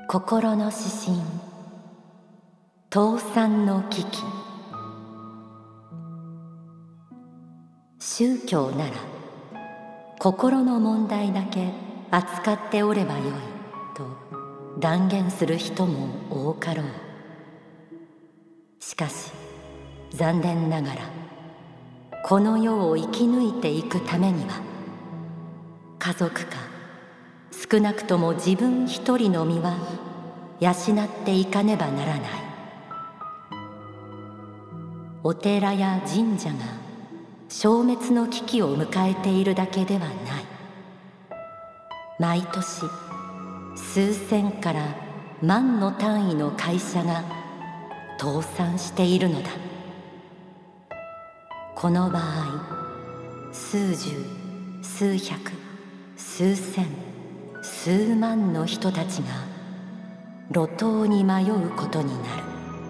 心の指針、倒産の危機。宗教なら心の問題だけ扱っておればよいと断言する人も多かろう。しかし残念ながらこの世を生き抜いていくためには、家族か少なくとも自分一人の身は養っていかねばならない。お寺や神社が消滅の危機を迎えているだけではない。毎年数千から万の単位の会社が倒産しているのだ。この場合、数十、数百、数千、数万の人たちが路頭に迷うことになる。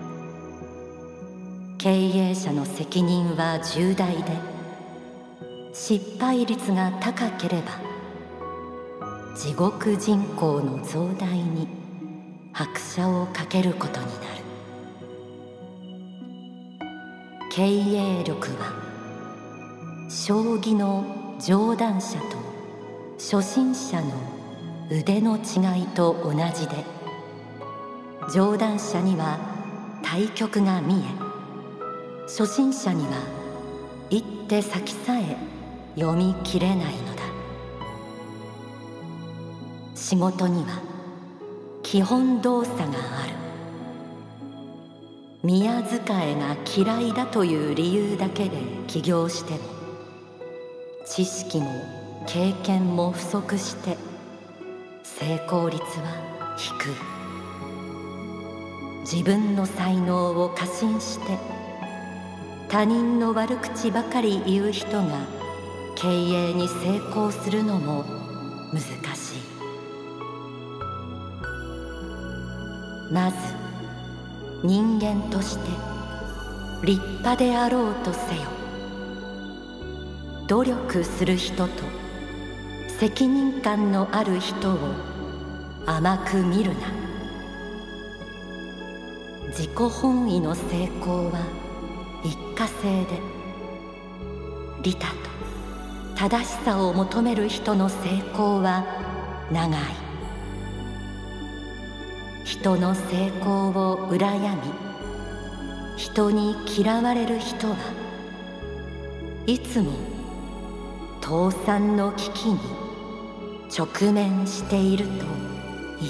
経営者の責任は重大で、失敗率が高ければ地獄人口の増大に拍車をかけることになる。経営力は将棋の上段者と初心者の腕の違いと同じで、上段者には対局が見え、初心者には一手先さえ読み切れないのだ。仕事には基本動作がある。宮仕えが嫌いだという理由だけで起業しても、知識も経験も不足して成功率は低い。自分の才能を過信して他人の悪口ばかり言う人が経営に成功するのも難しい。まず人間として立派であろうとせよ。努力する人と責任感のある人を甘く見るな。自己本位の成功は一過性で、利他と正しさを求める人の成功は長い。人の成功を羨み、人に嫌われる人はいつも倒産の危機に直面していると言ってよい。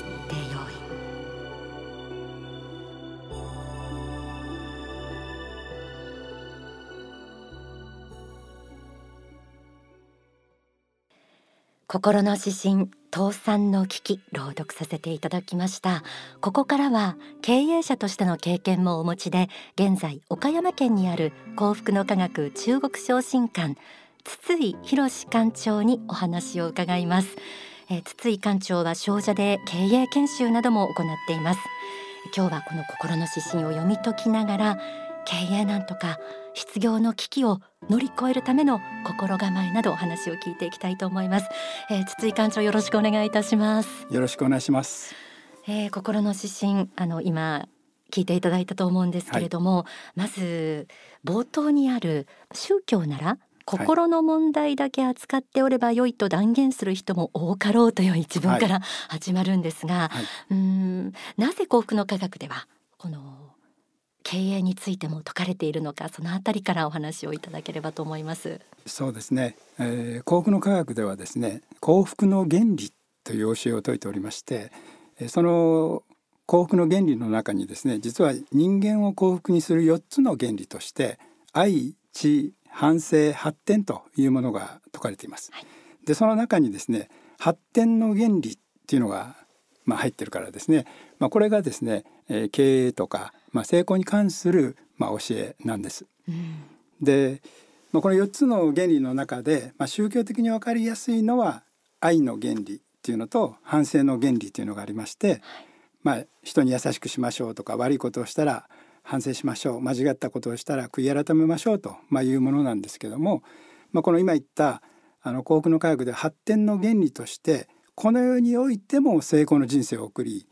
心の指針、倒産の危機、朗読させていただきました。ここからは経営者としての経験もお持ちで、現在岡山県にある幸福の科学中国昇進館筒井博館長にお話を伺います。筒井館長は商社で経営研修なども行っています。今日はこの心の指針を読み解きながら、経営なんとか失業の危機を乗り越えるための心構えなどお話を聞いていきたいと思います。筒井館長、よろしくお願いいたします。 よろしくお願いします。 心の指針、今聞いていただいたと思うんですけれども、まず冒頭にある宗教なら心の問題だけ扱っておればよいと断言する人も多かろうという一文から始まるんですが、なぜ幸福の科学ではこの経営についても説かれているのか、そのあたりからお話をいただければと思います。 そうですね、幸福の科学ではですね、幸福の原理という教えを説いておりまして、その幸福の原理の中にですね、実は人間を幸福にする4つの原理として愛、知、反省、発展というものが説かれています。でその中にですね、発展の原理っていうのが入ってるからですね、これがですね、経営とか、成功に関する、教えなんです。で、この4つの原理の中で、宗教的に分かりやすいのは愛の原理っていうのと反省の原理というのがありまして、人に優しくしましょうとか、悪いことをしたら反省しましょう、間違ったことをしたら悔い改めましょうというものなんですけども、この今言った幸福の科学で発展の原理として、この世においても成功の人生を送り、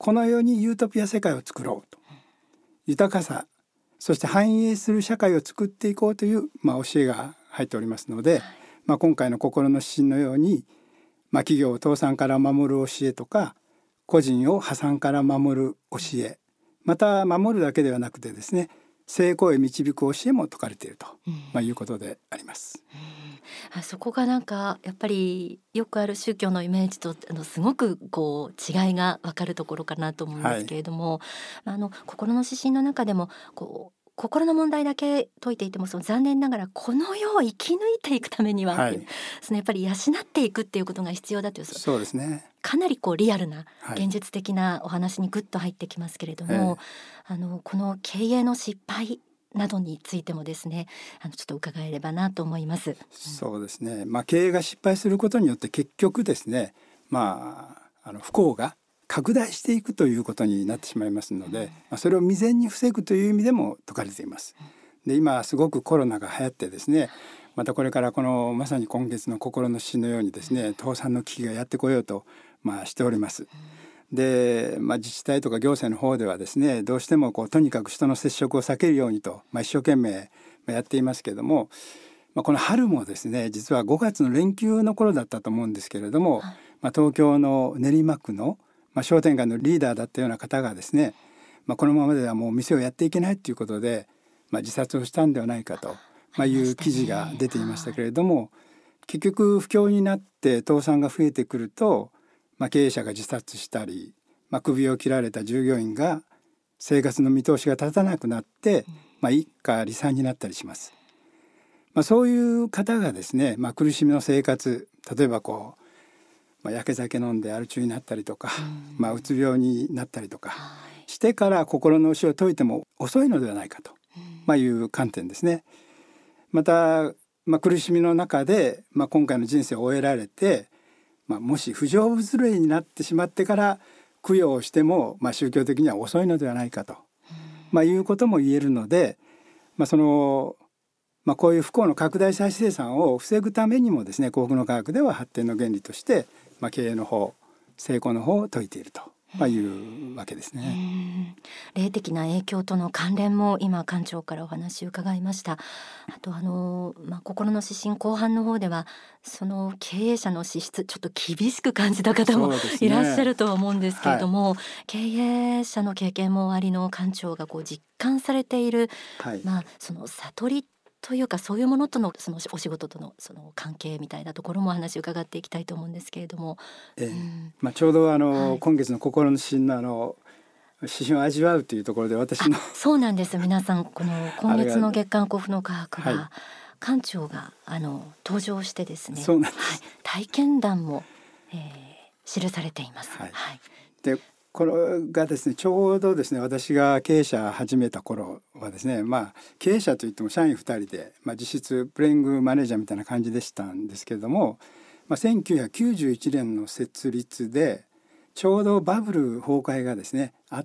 この世にユートピア世界を作ろうと、豊かさそして繁栄する社会を作っていこうという、教えが入っておりますので、今回の心の指針のように、企業を倒産から守る教えとか、個人を破産から守る教え、また守るだけではなくてですね、成功へ導く教えも説かれていると、いうことであります。 そこがなんかやっぱりよくある宗教のイメージとすごく違いが分かるところかなと思うんですけれども、心の指針の中でも心の問題だけ解いていても残念ながらこの世を生き抜いていくためには、やっぱり養っていくっていうことが必要だという、 そうですね、 かなりリアルな現実的なお話にグッと入ってきますけれども、この経営の失敗などについてもですね、ちょっと伺えればなと思います。 そうですね、経営が失敗することによって結局ですね、不幸が拡大していくということになってしまいますので、それを未然に防ぐという意味でも説かれています。で、今すごくコロナが流行ってですね、またこれからこのまさに今月の心の指針のようにですね、倒産の危機がやってこようと、しております。で、自治体とか行政の方ではですね、どうしてもとにかく人の接触を避けるようにと、一生懸命やっていますけれども、この春もですね、実は5月の連休の頃だったと思うんですけれども、東京の練馬区の、商店街のリーダーだったような方がですね、このままではもう店をやっていけないということで、自殺をしたんではないかと、いう記事が出ていましたけれども、結局不況になって倒産が増えてくると、経営者が自殺したり、首を切られた従業員が生活の見通しが立たなくなって、一家離散になったりします。そういう方がですね、苦しみの生活、例えばやけ酒飲んでアル中になったりとか、うつ病になったりとかしてから心の教えを説いても遅いのではないかと、いう観点ですね。また、苦しみの中で、今回の人生を終えられて、もし不成仏類になってしまってから供養をしても、宗教的には遅いのではないかと、いうことも言えるので、こういう不幸の拡大再生産を防ぐためにもですね、幸福の科学では発展の原理として、経営の方、成功の方を説いていると、いうわけですね。 霊的な影響との関連も今館長からお話を伺いました。あと心の指針後半の方ではその経営者の資質ちょっと厳しく感じた方もいらっしゃるとは思うんですけれども、経営者の経験もおありの館長が実感されている、その悟りというかそういうものとのそのお仕事とのその関係みたいなところもお話を伺っていきたいと思うんですけれども、 ちょうど今月の心の指針の指針を味わうというところで私のそうなんです。皆さんこの今月の月刊幸福の科学は館長が登場してですね、体験談も、記されています。 でこれがですね、ちょうどですね、私が経営者始めた頃はですね、経営者といっても社員2人で、実質プレイングマネージャーみたいな感じでしたんですけれども、1991年の設立でちょうどバブル崩壊がですねあって、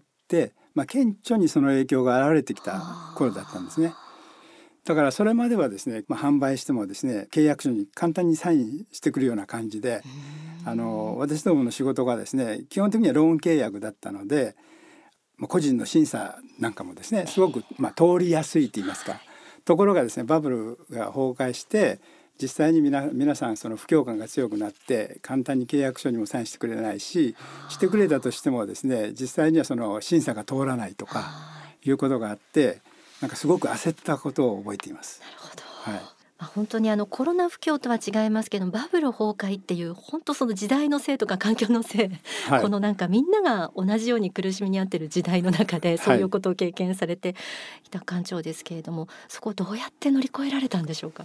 顕著にその影響が現れてきた頃だったんですね。だからそれまではですね、販売してもですね、契約書に簡単にサインしてくるような感じで、私どもの仕事がですね、基本的にはローン契約だったので、個人の審査なんかもですね、すごく通りやすいと言いますか。ところがですね、バブルが崩壊して実際に皆さんその不況感が強くなって簡単に契約書にもサインしてくれないし、してくれたとしてもですね、実際にはその審査が通らないとかいうことがあって、なんかすごく焦ったことを覚えています。 なるほど。本当にコロナ不況とは違いますけど、バブル崩壊っていう本当その時代のせいとか環境のせい、このなんかみんなが同じように苦しみにあってる時代の中でそういうことを経験されていた館長ですけれども、そこをどうやって乗り越えられたんでしょうか。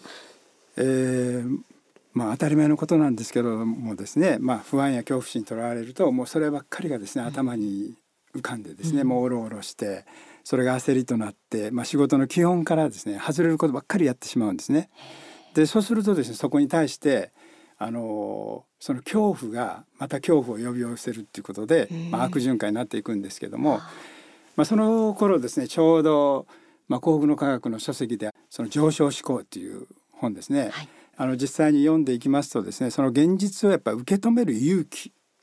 当たり前のことなんですけどもですね、不安や恐怖心にとらわれるともうそればっかりがですね、頭に浮かんでですね、もうおろおろして、それが焦りとなって、仕事の基本からですね外れることばっかりやってしまうんですね。でそうするとですね、そこに対してその恐怖がまた恐怖を呼び寄せるっていうことで、悪循環になっていくんですけども、その頃ですね、ちょうど、幸福の科学の書籍でその上昇思考っていう本ですね、実際に読んでいきますとですね、その現実をやっぱり受け止める勇気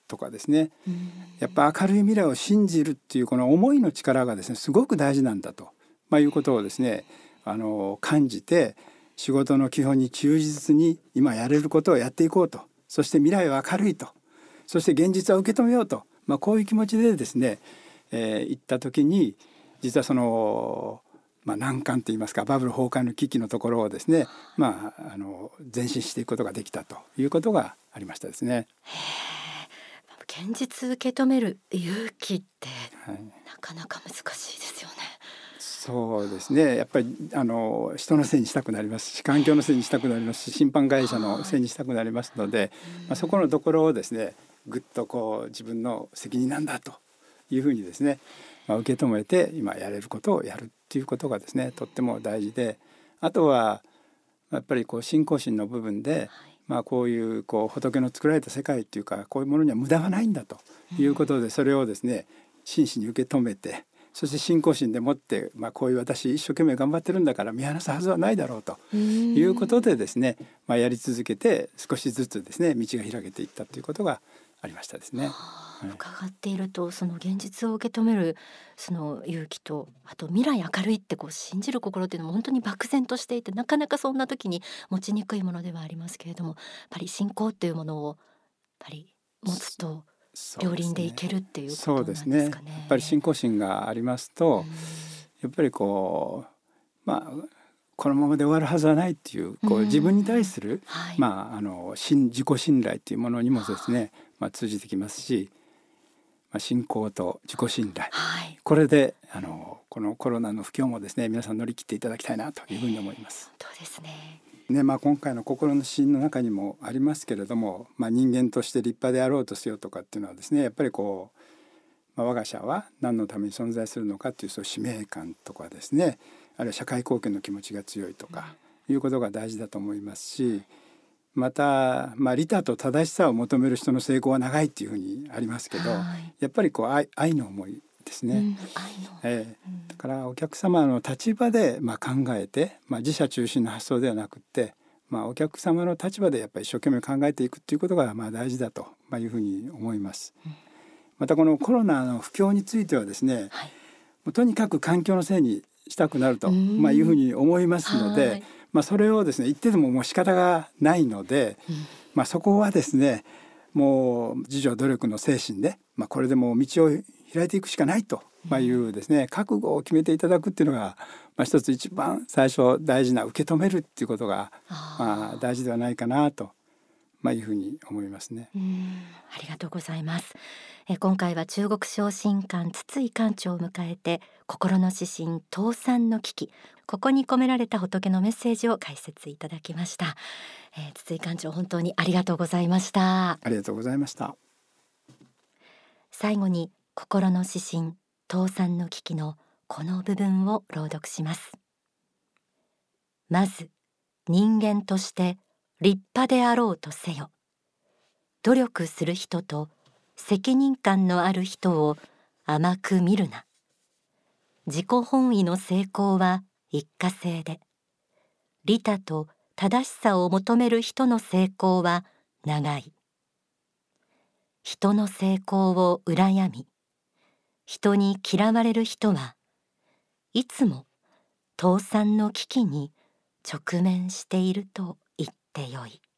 とかですね、やっぱ明るい未来を信じるっていうこの思いの力がですねすごく大事なんだと、いうことをですね感じて、仕事の基本に忠実に今やれることをやっていこうと、そして未来は明るいと、そして現実は受け止めようと、こういう気持ちでですね、行った時に実はその、難関といいますかバブル崩壊の危機のところをですね、前進していくことができたということがありましたですね。 現実受け止める勇気って、 はい、 なかなか難しいですよね。 そうですね、やっぱり人のせいにしたくなりますし、環境のせいにしたくなりますし、審判会社のせいにしたくなりますので、そこのところをですねぐっとこう自分の責任なんだというふうにですね、受け止めて今やれることをやるっていうことがですねとっても大事で、あとはやっぱりこう信仰心の部分で、こういう仏の作られた世界っていうかこういうものには無駄がないんだということで、それをですね真摯に受け止めて、そして信仰心でもって、こういう私一生懸命頑張ってるんだから見放すはずはないだろうということでですね、やり続けて少しずつですね道が開けていったということがありましたですね。 伺っていると、その現実を受け止めるその勇気と、あと未来明るいって信じる心っていうのも本当に漠然としていて、なかなかそんな時に持ちにくいものではありますけれども、やっぱり信仰っていうものをやっぱり持つと両輪でいけるっていうことなんですかね。 やっぱり信仰心がありますと、やっぱりこのままで終わるはずはないっていう、自分に対する、自己信頼っていうものにもですね、通じてきますし、信仰と自己信頼、これでこのコロナの不況もですね皆さん乗り切っていただきたいなというふうに思います。 そうですね。 今回の心の指針の中にもありますけれども、人間として立派であろうとせよとかっていうのはですね、やっぱり我が社は何のために存在するのかっていう、そう使命感とかですね、あるいは社会貢献の気持ちが強いとかいうことが大事だと思いますし、また、利他と正しさを求める人の成功は長いっていうふうにありますけど、やっぱり愛の思いですね。だからお客様の立場で考えて、自社中心の発想ではなくって、お客様の立場でやっぱり一生懸命考えていくっていうことが大事だというふうに思います。またこのコロナの不況についてはですね、とにかく環境のせいにしたくなるというふうに思いますので、それをですね言ってでももう仕方がないので、そこはですねもう自助努力の精神で、これでもう道を開いていくしかないというですね覚悟を決めていただくっていうのが、一つ一番最初大事な、受け止めるっていうことが大事ではないかなというふうに思いますね。 ありがとうございます。今回は中国昇進館筒井館長を迎えて、心の指針倒産の危機、ここに込められた仏のメッセージを解説いただきました。筒井館長、本当にありがとうございました。 ありがとうございました。 最後に心の指針倒産の危機のこの部分を朗読します。まず人間として立派であろうとせよ。努力する人と責任感のある人を甘く見るな。自己本位の成功は一過性で、利他と正しさを求める人の成功は長い。人の成功を羨み、人に嫌われる人はいつも倒産の危機に直面していると言ってよい。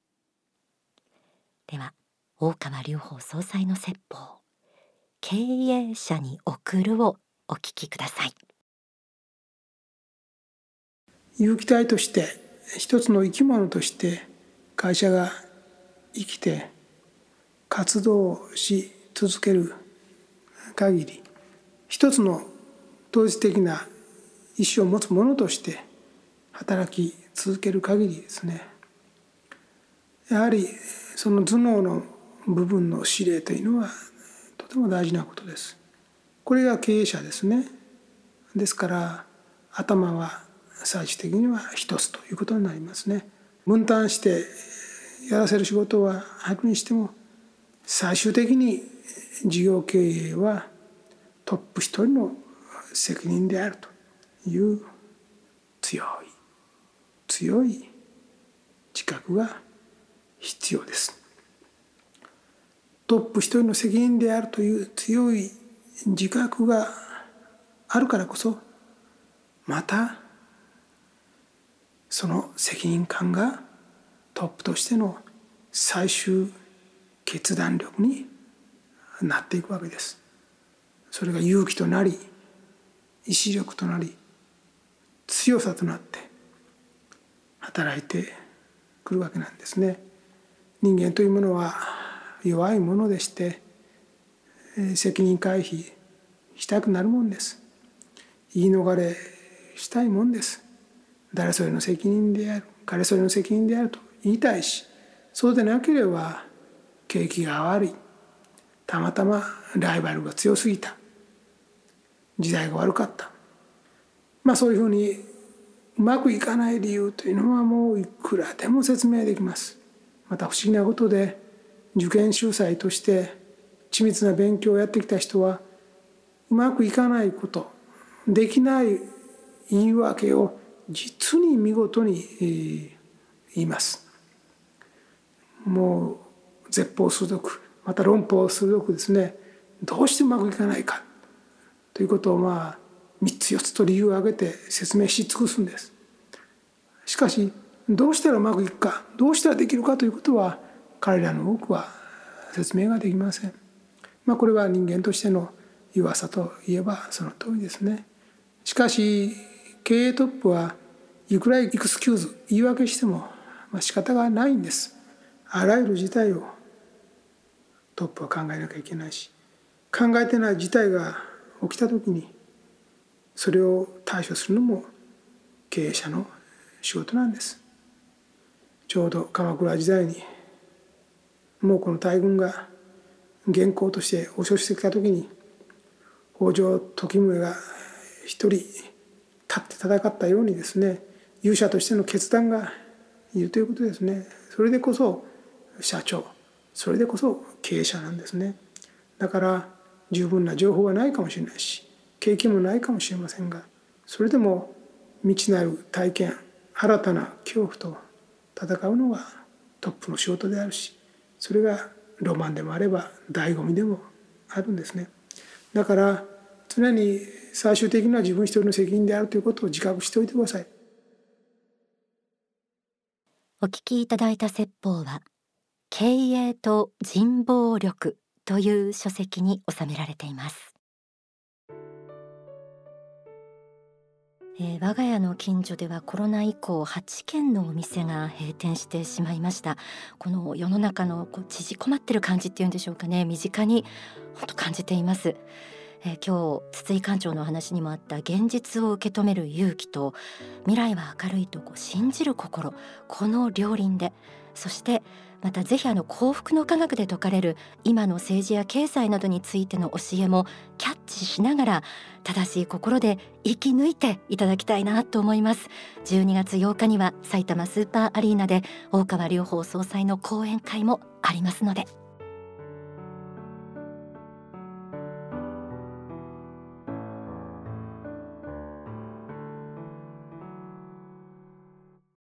では、大川隆法総裁の説法、経営者に送るをお聞きください。 有機体として一つの生き物として会社が生きて活動し続ける限り、一つの統一的な意思を持つ者として働き続ける限りですね、やはりその頭脳の部分の指令というのはとても大事なことです。これが経営者ですね。ですから頭は最終的には一つということになりますね。分担してやらせる仕事はあるにしても、最終的に事業経営はトップ一人の責任であるという強い自覚が必要です。 トップ一人の責任であるという強い自覚があるからこそ、またその責任感がトップとしての最終決断力になっていくわけです。それが勇気となり、意志力となり、強さとなって働いてくるわけなんですね。人間というものは弱いものでして、責任回避したくなるもんです。言い逃れしたいもんです。誰それの責任である、彼それの責任であると言いたいし、そうでなければ景気が悪い、たまたまライバルが強すぎた、時代が悪かった、そういうふうにうまくいかない理由というのはもういくらでも説明できます。また不思議なことで、受験秀才として緻密な勉強をやってきた人は、うまくいかないこと、できない言い訳を実に見事に言います。もう舌鋒鋭く、また論法鋭くですね、どうしてうまくいかないかということを3つ4つと理由を挙げて説明し尽くすんです。しかしどうしたらうまくいくか、どうしたらできるかということは彼らの多くは説明ができません。これは人間としての弱さといえばその通りですね。しかし経営トップはいくらエクスキューズ、言い訳しても仕方がないんです。あらゆる事態をトップは考えなきゃいけないし、考えてない事態が起きた時にそれを対処するのも経営者の仕事なんです。ちょうど鎌倉時代にもうこの大軍が元寇として押し寄せてきた時に、北条時宗が一人立って戦ったようにですね、勇者としての決断がいるということですね。それでこそ社長、それでこそ経営者なんですね。だから十分な情報はないかもしれないし、経験もないかもしれませんが、それでも未知なる体験、新たな恐怖と戦うのがトップの仕事であるし、それがロマンでもあれば醍醐味でもあるんですね。だから常に最終的には自分一人の責任であるということを自覚しておいてください。 お聞きいただいた説法は、経営と人望力という書籍に収められています。我が家の近所ではコロナ以降8軒のお店が閉店してしまいました。この世の中の縮こまってる感じっていうんでしょうかね、身近に本当感じています。今日筒井館長のお話にもあった現実を受け止める勇気と未来は明るいと信じる心、この両輪で、そしてまたぜひ幸福の科学で説かれる今の政治や経済などについての教えもキャッチしながら、正しい心で生き抜いていただきたいなと思います。12月8日には埼玉スーパーアリーナで大川隆法総裁の講演会もありますので。